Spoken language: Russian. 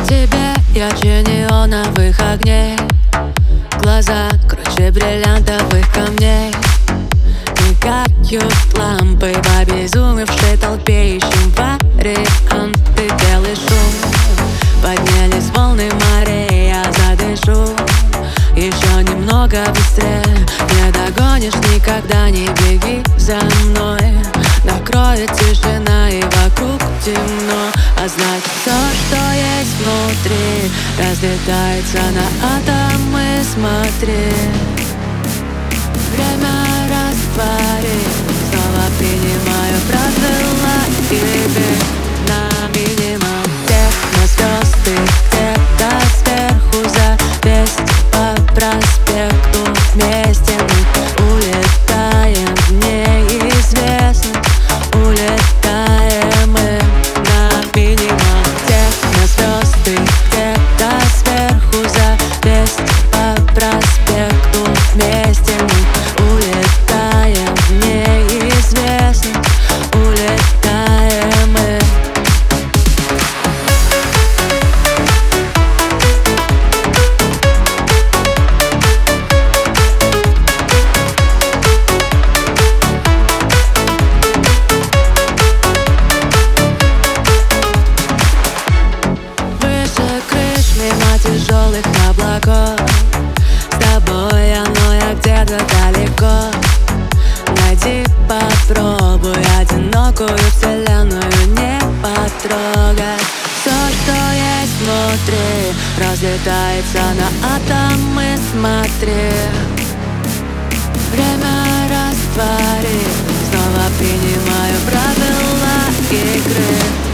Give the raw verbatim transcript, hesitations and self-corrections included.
тебе ярче неоновых огней, глаза круче бриллиантовых камней. Мигают лампы в обезумевшей толпе, ищем варианты, белый шум. Поднялись волны морей, я задышу еще немного быстрее. Не догонишь никогда, не беги за мной. Накроет тишина и вокруг темно, а значит все, что есть внутри, разлетается на атомы, смотри. Время растворит, снова принимаю правила игры на минимум. Техно звезды где-то сверху, завесть по проспекту вместе мы улетаем в неизвестность. Улетаем мы на минимум. Техно звезды где-то сверху, завесть по проспекту вместе мы улетаем в неизвестность. Улетаем мы. Выше крыш, мимо тяжелых облаков, с тобой оно я где-то далеко. Найди, попробуй одинокую вселенную не потрогать. Все, что есть внутри, разлетается на атомы, смотри. Время растворит, снова принимаю правила игры.